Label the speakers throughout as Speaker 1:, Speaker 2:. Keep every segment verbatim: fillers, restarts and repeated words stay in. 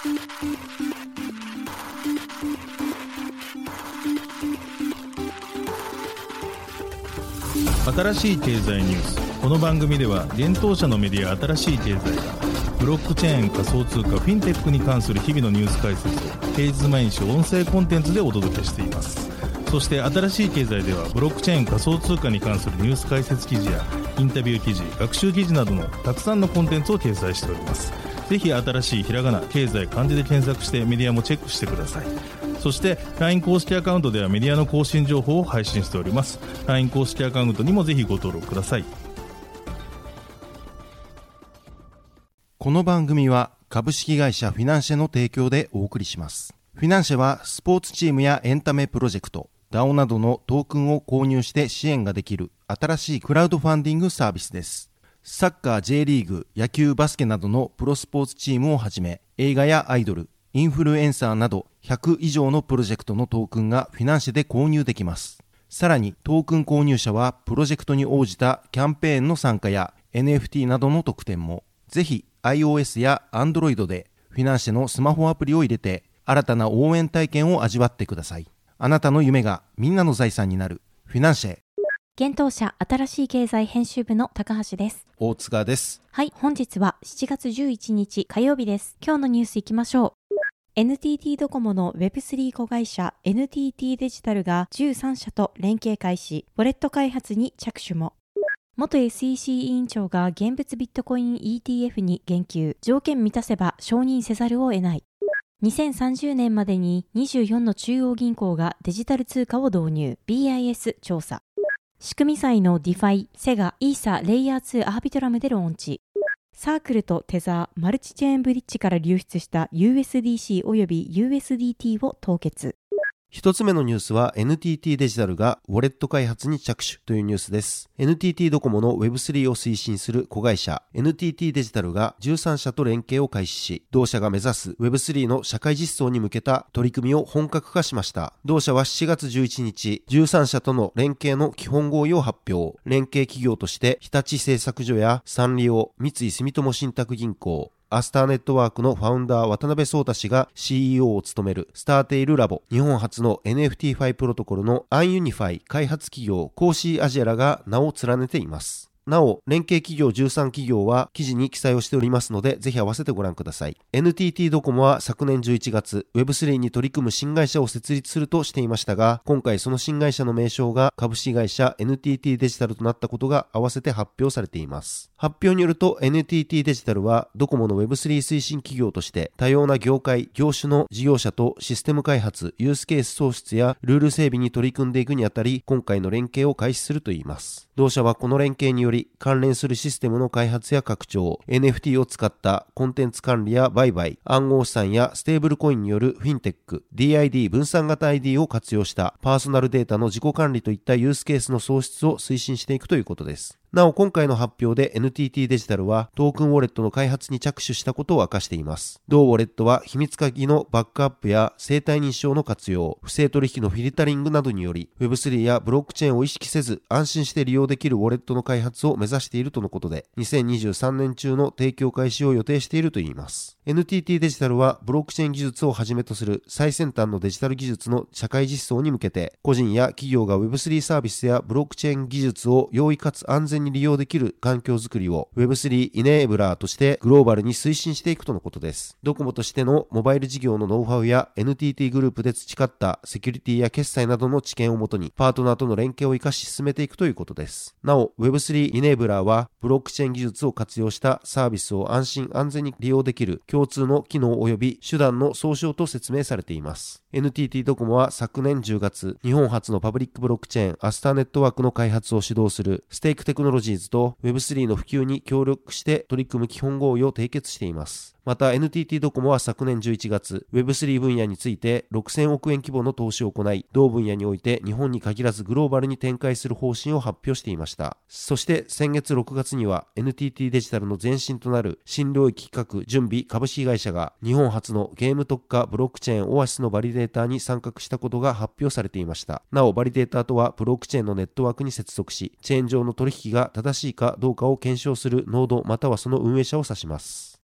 Speaker 1: 新しい経済ニュース。この番組では現当社のメディア新しい経済がブロックチェーン、仮想通貨、フィンテックに関する日々のニュース解説を平日毎日音声コンテンツでお届けしています。そして新しい経済ではブロックチェーン、仮想通貨に関するニュース解説記事やインタビュー記事、学習記事などのたくさんのコンテンツを掲載しております。ぜひ新しいひらがな、経済、漢字で検索してメディアもチェックしてください。そして ライン 公式アカウントではメディアの更新情報を配信しております。 ライン 公式アカウントにもぜひご登録ください。
Speaker 2: この番組は株式会社フィナンシェの提供でお送りします。フィナンシェはスポーツチームやエンタメプロジェクト、ダオ などのトークンを購入して支援ができる新しいクラウドファンディングサービスです。サッカー、J リーグ、野球、バスケなどのプロスポーツチームをはじめ、映画やアイドル、インフルエンサーなどひゃく以上のプロジェクトのトークンがフィナンシェで購入できます。さらにトークン購入者はプロジェクトに応じたキャンペーンの参加や エヌエフティー などの特典も。ぜひ iOS や Android でフィナンシェのスマホアプリを入れて新たな応援体験を味わってください。あなたの夢がみんなの財産になるフィナンシェ。
Speaker 3: 現当社新しい経済編集部の高橋です。
Speaker 2: 大塚です。
Speaker 3: はい、本日はしちがつじゅういちにち火曜日です。今日のニュースいきましょう。エヌティーティー ドコモの ウェブスリー 子会社 エヌティーティー デジタルがじゅうさんしゃと連携開始、ウォレット開発に着手も。元 エスイーシー 委員長が現物ビットコイン イーティーエフ に言及、条件満たせば承認せざるを得ない。にせんさんじゅうねんまでににじゅうよんの中央銀行がデジタル通貨を導入、ビーアイエス 調査。仕組み債の ディファイ、セガ、イーサ、レイヤーツーアービトラムでローンチ。サークルとテザー、マルチチェーンブリッジから流出した ユーエスディーシー および ユーエスディーティー を凍結。
Speaker 2: 一つ目のニュースは エヌティーティー デジタルがウォレット開発に着手というニュースです。エヌティーティー ドコモの ウェブスリー を推進する子会社 エヌティーティー デジタルがじゅうさんしゃと連携を開始し、同社が目指す ウェブスリー の社会実装に向けた取り組みを本格化しました。同社はしちがつじゅういちにち、じゅうさんしゃとの連携の基本合意を発表。連携企業として日立製作所やサンリオ、三井住友信託銀行、アスターネットワークのファウンダー渡辺壮太氏が シーイーオー を務めるスターテイルラボ、日本初の エヌエフティー ファイプロトコルのアンユニファイ開発企業コーシーアジェラが名を連ねています。なお、連携企業じゅうさん企業は記事に記載をしておりますので、ぜひ合わせてご覧ください。エヌティーティー ドコモは昨年じゅういちがつ、ウェブスリー に取り組む新会社を設立するとしていましたが、今回その新会社の名称が株式会社 エヌティーティー デジタルとなったことが合わせて発表されています。発表によると エヌティーティー デジタルはドコモの ウェブスリー 推進企業として多様な業界、業種の事業者とシステム開発、ユースケース創出やルール整備に取り組んでいくにあたり、今回の連携を開始するといいます。同社はこの連携により関連するシステムの開発や拡張、エヌエフティー を使ったコンテンツ管理や売買、暗号資産やステーブルコインによるフィンテック、ディーアイディー 分散型 アイディー を活用したパーソナルデータの自己管理といったユースケースの創出を推進していくということです。なお、今回の発表で エヌティーティー デジタルはトークンウォレットの開発に着手したことを明かしています。同ウォレットは秘密鍵のバックアップや生体認証の活用、不正取引のフィルタリングなどにより ウェブスリー やブロックチェーンを意識せず安心して利用できるウォレットの開発を目指しているとのことで、にせんにじゅうさんねん中の提供開始を予定しているといいます。エヌティーティー デジタルはブロックチェーン技術をはじめとする最先端のデジタル技術の社会実装に向けて、個人や企業が ウェブスリー サービスやブロックチェーン技術を容易かつ安全に利用できる環境づくりを ウェブスリー イネーブラーとしてグローバルに推進していくとのことです。ドコモとしてのモバイル事業のノウハウや エヌティーティー グループで培ったセキュリティや決済などの知見をもとにパートナーとの連携を生かし進めていくということです。なお、ウェブスリー イネーブラーはブロックチェーン技術を活用したサービスを安心安全に利用できる共通の機能及び手段の総称と説明されています。エヌティーティー ドコモは昨年じゅうがつ、日本初のパブリックブロックチェーンアスターネットワークの開発を主導するステークテクノロジーズと ウェブスリー の普及に協力して取り組む基本合意を締結しています。また エヌティーティー ドコモは昨年じゅういちがつ、ウェブスリー 分野についてろくせんおくえん規模の投資を行い、同分野において日本に限らずグローバルに展開する方針を発表していました。そして先月ろくがつには エヌティーティー デジタルの前身となる新領域企画準備株式会社が日本初のゲーム特化ブロックチェーンオアシスのバリデーターに参画したことが発表されていました。なお、バリデーターとはブロックチェーンのネットワークに接続し、チェーン上の取引が正しいかどうかを検証するノードまたはその運営者を指します。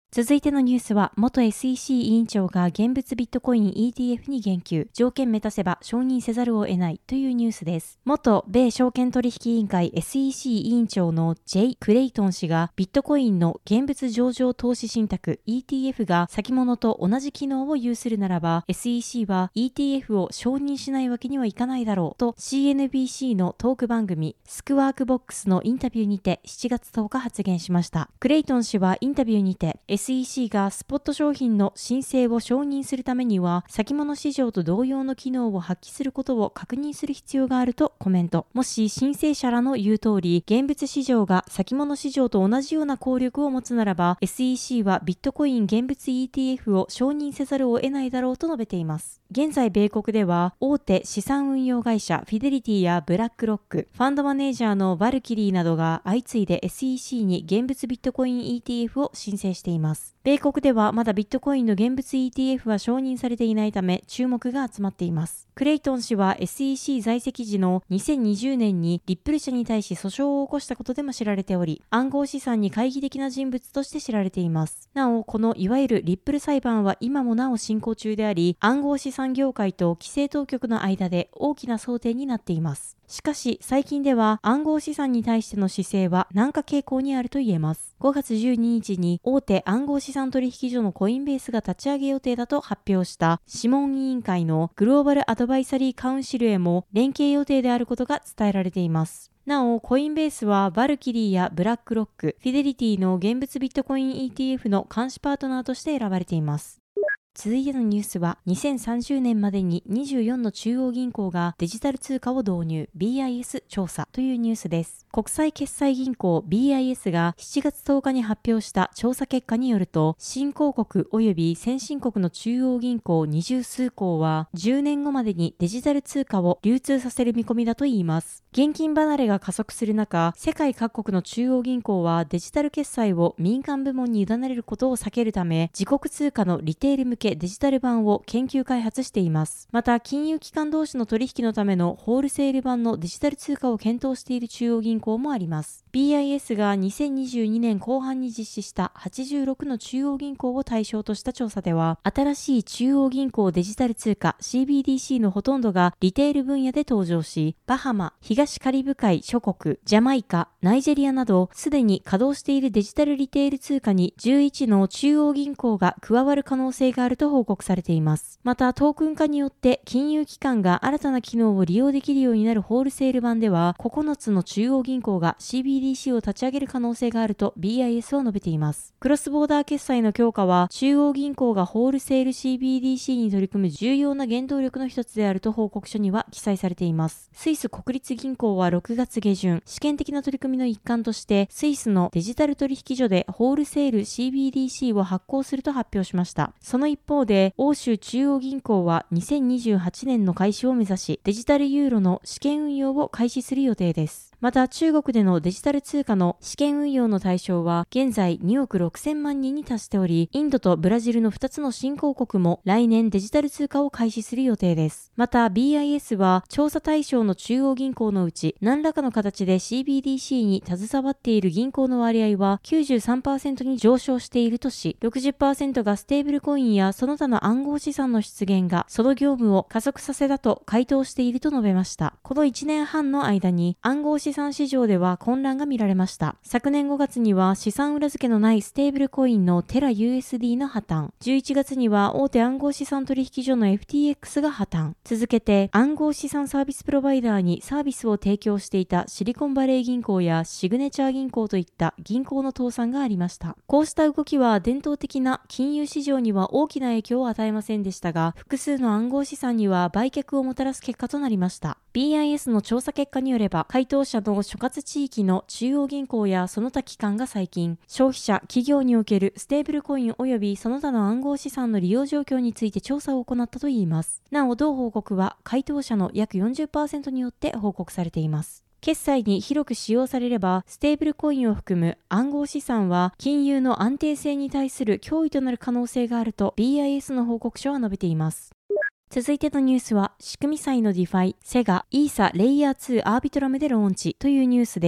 Speaker 3: 続いてのニュースは、元 エスイーシー 委員長が現物ビットコイン イーティーエフ に言及、条件満たせば承認せざるを得ないというニュースです。元米証券取引委員会 エスイーシー 委員長の ジェイ・クレイトン氏が、ビットコインの現物上場投資信託 イーティーエフ が先物と同じ機能を有するならば、エスイーシー は イーティーエフ を承認しないわけにはいかないだろうと シーエヌビーシー のトーク番組スクワークボックスのインタビューにてしちがつとおか発言しました。クレイトン氏はインタビューにて エスイーシー がスポット商品の申請を承認するためには先物市場と同様の機能を発揮することを確認する必要があるとコメント。もし申請者らの言う通り現物市場が先物市場と同じような効力を持つならば エスイーシー はビットコイン現物 イーティーエフ を承認せざるを得ないだろうと述べています。現在米国では大手資産運用会社フィデリティやブラックロック、ファンドマネージャーのバルキリーなどが相次いで エスイーシー に現物ビットコイン イーティーエフ を申請しています。米国ではまだビットコインの現物 イーティーエフ は承認されていないため注目が集まっています。クレイトン氏は エスイーシー 在籍時のにせんにじゅうねんにリップル社に対し訴訟を起こしたことでも知られており、暗号資産に懐疑的な人物として知られています。なお、このいわゆるリップル裁判は今もなお進行中であり、暗号資産業界と規制当局の間で大きな争点になっています。しかし最近では暗号資産に対しての姿勢は軟化傾向にあると言えます。ごがつじゅうににちに大手暗号資産取引所のコインベースが立ち上げ予定だと発表した諮問委員会のグローバルアドバイザリーカウンシルへも連携予定であることが伝えられています。なお、コインベースはバルキリーやブラックロック、フィデリティの現物ビットコイン イーティーエフ の監視パートナーとして選ばれています。続いてのニュースは、にせんさんじゅうねんまでににじゅうよんの中央銀行がデジタル通貨を導入、ビーアイエス 調査というニュースです。国際決済銀行 ビーアイエス がしちがつとおかに発表した調査結果によると、新興国及び先進国の中央銀行にじゅうすうこうはじゅうねんごまでにデジタル通貨を流通させる見込みだといいます。現金離れが加速する中、世界各国の中央銀行はデジタル決済を民間部門に委ねることを避けるため、自国通貨のリテール向けデジタル版を研究開発しています。また、金融機関同士の取引のためのホールセール版のデジタル通貨を検討している中央銀行もあります。ビーアイエス がにせんにじゅうにねんこう半に実施したはちじゅうろくの中央銀行を対象とした調査では、新しい中央銀行デジタル通貨 シービーディーシー のほとんどがリテール分野で登場し、バハマ、東カリブ海諸国、ジャマイカ、ナイジェリアなどすでに稼働しているデジタルリテール通貨にじゅういちの中央銀行が加わる可能性があると報告されています。また、トークン化によって金融機関が新たな機能を利用できるようになるホールセール版では、ここのつの中央銀行が シービーディーシー を立ち上げる可能性があると ビーアイエス は述べています。クロスボーダー決済の強化は、中央銀行がホールセール シービーディーシー に取り組む重要な原動力の一つであると報告書には記載されています。スイス国立銀行はろくがつげじゅん、試験的な取り組みの一環として、スイスのデジタル取引所でホールセール シービーディーシー を発行すると発表しました。その一方で、欧州中央銀行はにせんにじゅうはちねんの開始を目指し、デジタルユーロの試験運用を開始する予定です。また、中国でのデジタル通貨の試験運用の対象は現在におくろくせんまんにんに達しており、インドとブラジルのふたつの新興国も来年デジタル通貨を開始する予定です。また ビーアイエス は調査対象の中央銀行のうち何らかの形で シービーディーシー に携わっている銀行の割合は きゅうじゅうさんパーセント に上昇しているとし、ろくじゅっパーセント がステーブルコインやその他の暗号資産の出現がその業務を加速させたと回答していると述べました。このいちねんはんの間に暗号資産市場では混乱が見られました。昨年ごがつには資産裏付けのないステーブルコインのテラ ユーエスディー の破綻、じゅういちがつには大手暗号資産取引所の エフティーエックス が破綻、続けて暗号資産サービスプロバイダーにサービスを提供していたシリコンバレー銀行やシグネチャー銀行といった銀行の倒産がありました。こうした動きは伝統的な金融市場には大きな影響を与えませんでしたが、複数の暗号資産には売却をもたらす結果となりました。ビーアイエス の調査結果によれば、回答者の所轄地域の中央銀行やその他機関が最近、消費者、企業におけるステーブルコイン及びその他の暗号資産の利用状況について調査を行ったといいます。なお、同報告は回答者の約 よんじゅっパーセント によって報告されています。決済に広く使用されれば、ステーブルコインを含む暗号資産は金融の安定性に対する脅威となる可能性があると ビーアイエス の報告書は述べています。続いてのニュースは、仕組み債のディファイ、セガ、イーサレイヤーツーアービトラムでローンチというニュースです。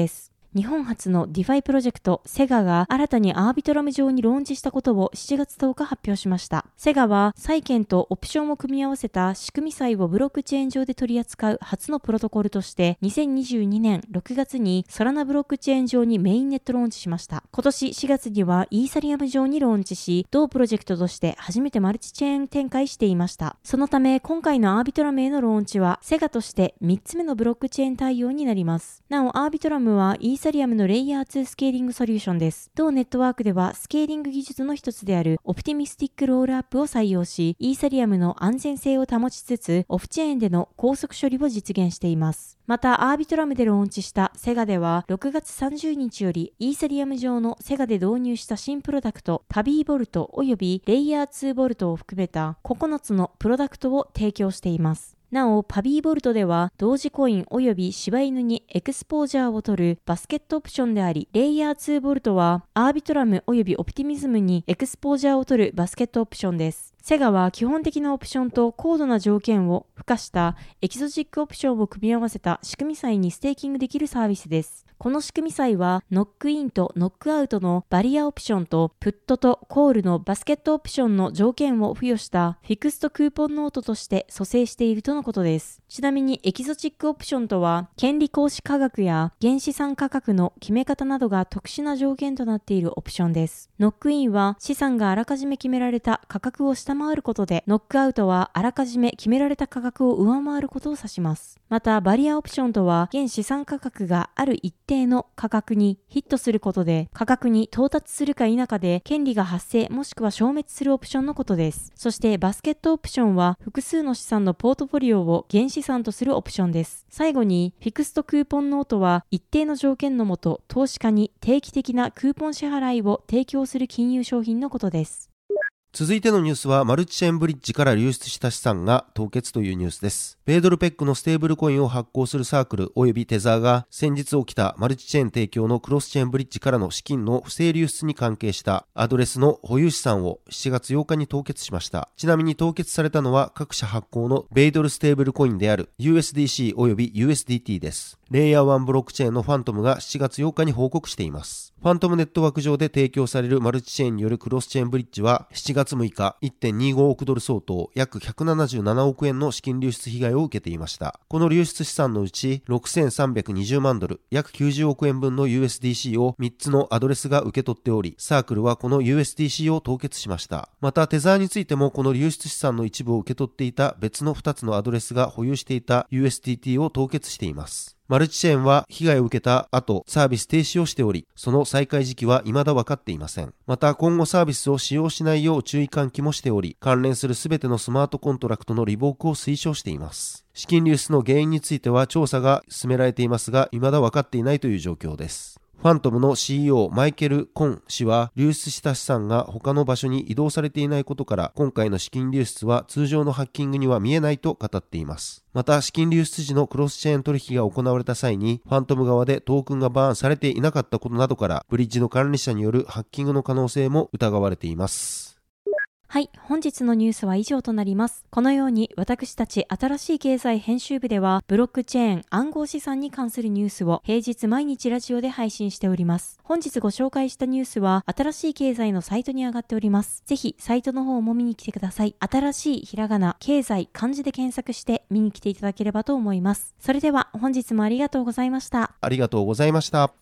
Speaker 3: 日本初のディファイプロジェクトセガが新たにアービトラム上にローンチしたことをしちがつとおか発表しました。セガは債券とオプションを組み合わせた仕組み債をブロックチェーン上で取り扱う初のプロトコルとしてにせんにじゅうにねんろくがつにソラナブロックチェーン上にメインネットローンチしました。今年しがつにはイーサリアム上にローンチし、同プロジェクトとして初めてマルチチェーン展開していました。そのため今回のアービトラムへのローンチはセガとしてみっつめのブロックチェーン対応になります。なおアービトラムはイーサリアムのレイヤーツースケーリングソリューションです。同ネットワークではスケーリング技術の一つであるオプティミスティックロールアップを採用し、イーサリアムの安全性を保ちつつオフチェーンでの高速処理を実現しています。またアービトラムでローンチしたセガではろくがつさんじゅうにちよりイーサリアム上のセガで導入した新プロダクトパビーボルトおよびレイヤーツーボルトを含めたここのつのプロダクトを提供しています。なお、パビーボルトでは同時コインおよび柴犬にエクスポージャーを取るバスケットオプションであり、レイヤーツーボルトはアービトラムおよびオプティミズムにエクスポージャーを取るバスケットオプションです。セガは基本的なオプションと高度な条件を付加したエキゾチックオプションを組み合わせた仕組み債にステーキングできるサービスです。この仕組み債はノックインとノックアウトのバリアオプションとプットとコールのバスケットオプションの条件を付与したフィクストクーポンノートとして蘇生しているとのことです。ちなみにエキゾチックオプションとは権利行使価格や原資産価格の決め方などが特殊な条件となっているオプションです。ノックインは資産があらかじめ決められた価格を下回ることで、ノックアウトはあらかじめ決められた価格を上回ることを指します。またバリアオプションとは現資産価格がある一定の価格にヒットすることで価格に到達するか否かで権利が発生もしくは消滅するオプションのことです。そしてバスケットオプションは複数の資産のポートフォリオを原資産とするオプションです。最後にフィクストクーポンノートは一定の条件のもと投資家に定期的なクーポン支払いを提供する金融商品のことです。
Speaker 2: 続いてのニュースはマルチチェーンブリッジから流出した資産が凍結というニュースです。米ドルペックのステーブルコインを発行するサークルおよびテザーが先日起きたマルチチェーン提供のクロスチェーンブリッジからの資金の不正流出に関係したアドレスの保有資産をしちがつようかに凍結しました。ちなみに凍結されたのは各社発行の米ドルステーブルコインである ユーエスディーシー および ユーエスディーティー です。レイヤーワンブロックチェーンのファントムがしちがつようかに報告しています。ファントムネットワーク上で提供されるマルチチェーンによるクロスチェーンブリッジはしちがつむいか いってんにごおくドル相当約ひゃくななじゅうななおくえんの資金流出被害を受けていました。この流出資産のうちろくせんさんびゃくにじゅうまんドル約きゅうじゅうおくえんぶんの ユーエスディーシー をみっつのアドレスが受け取っており、サークルはこの ユーエスディーシー を凍結しました。またテザーについてもこの流出資産の一部を受け取っていた別のふたつのアドレスが保有していた ユーエスディーティー を凍結しています。マルチチェーンは被害を受けた後サービス停止をしており、その再開時期は未だ分かっていません。また今後サービスを使用しないよう注意喚起もしており、関連するすべてのスマートコントラクトのリボークを推奨しています。資金流出の原因については調査が進められていますが、未だ分かっていないという状況です。ファントムの シーイーオー マイケル・コン氏は流出した資産が他の場所に移動されていないことから今回の資金流出は通常のハッキングには見えないと語っています。また資金流出時のクロスチェーン取引が行われた際にファントム側でトークンがバーンされていなかったことなどからブリッジの管理者によるハッキングの可能性も疑われています。
Speaker 3: はい、本日のニュースは以上となります。このように私たち新しい経済編集部ではブロックチェーン暗号資産に関するニュースを平日毎日ラジオで配信しております。本日ご紹介したニュースは新しい経済のサイトに上がっております。ぜひサイトの方も見に来てください。新しいひらがな経済漢字で検索して見に来ていただければと思います。それでは本日もありがとうございました。
Speaker 2: ありがとうございました。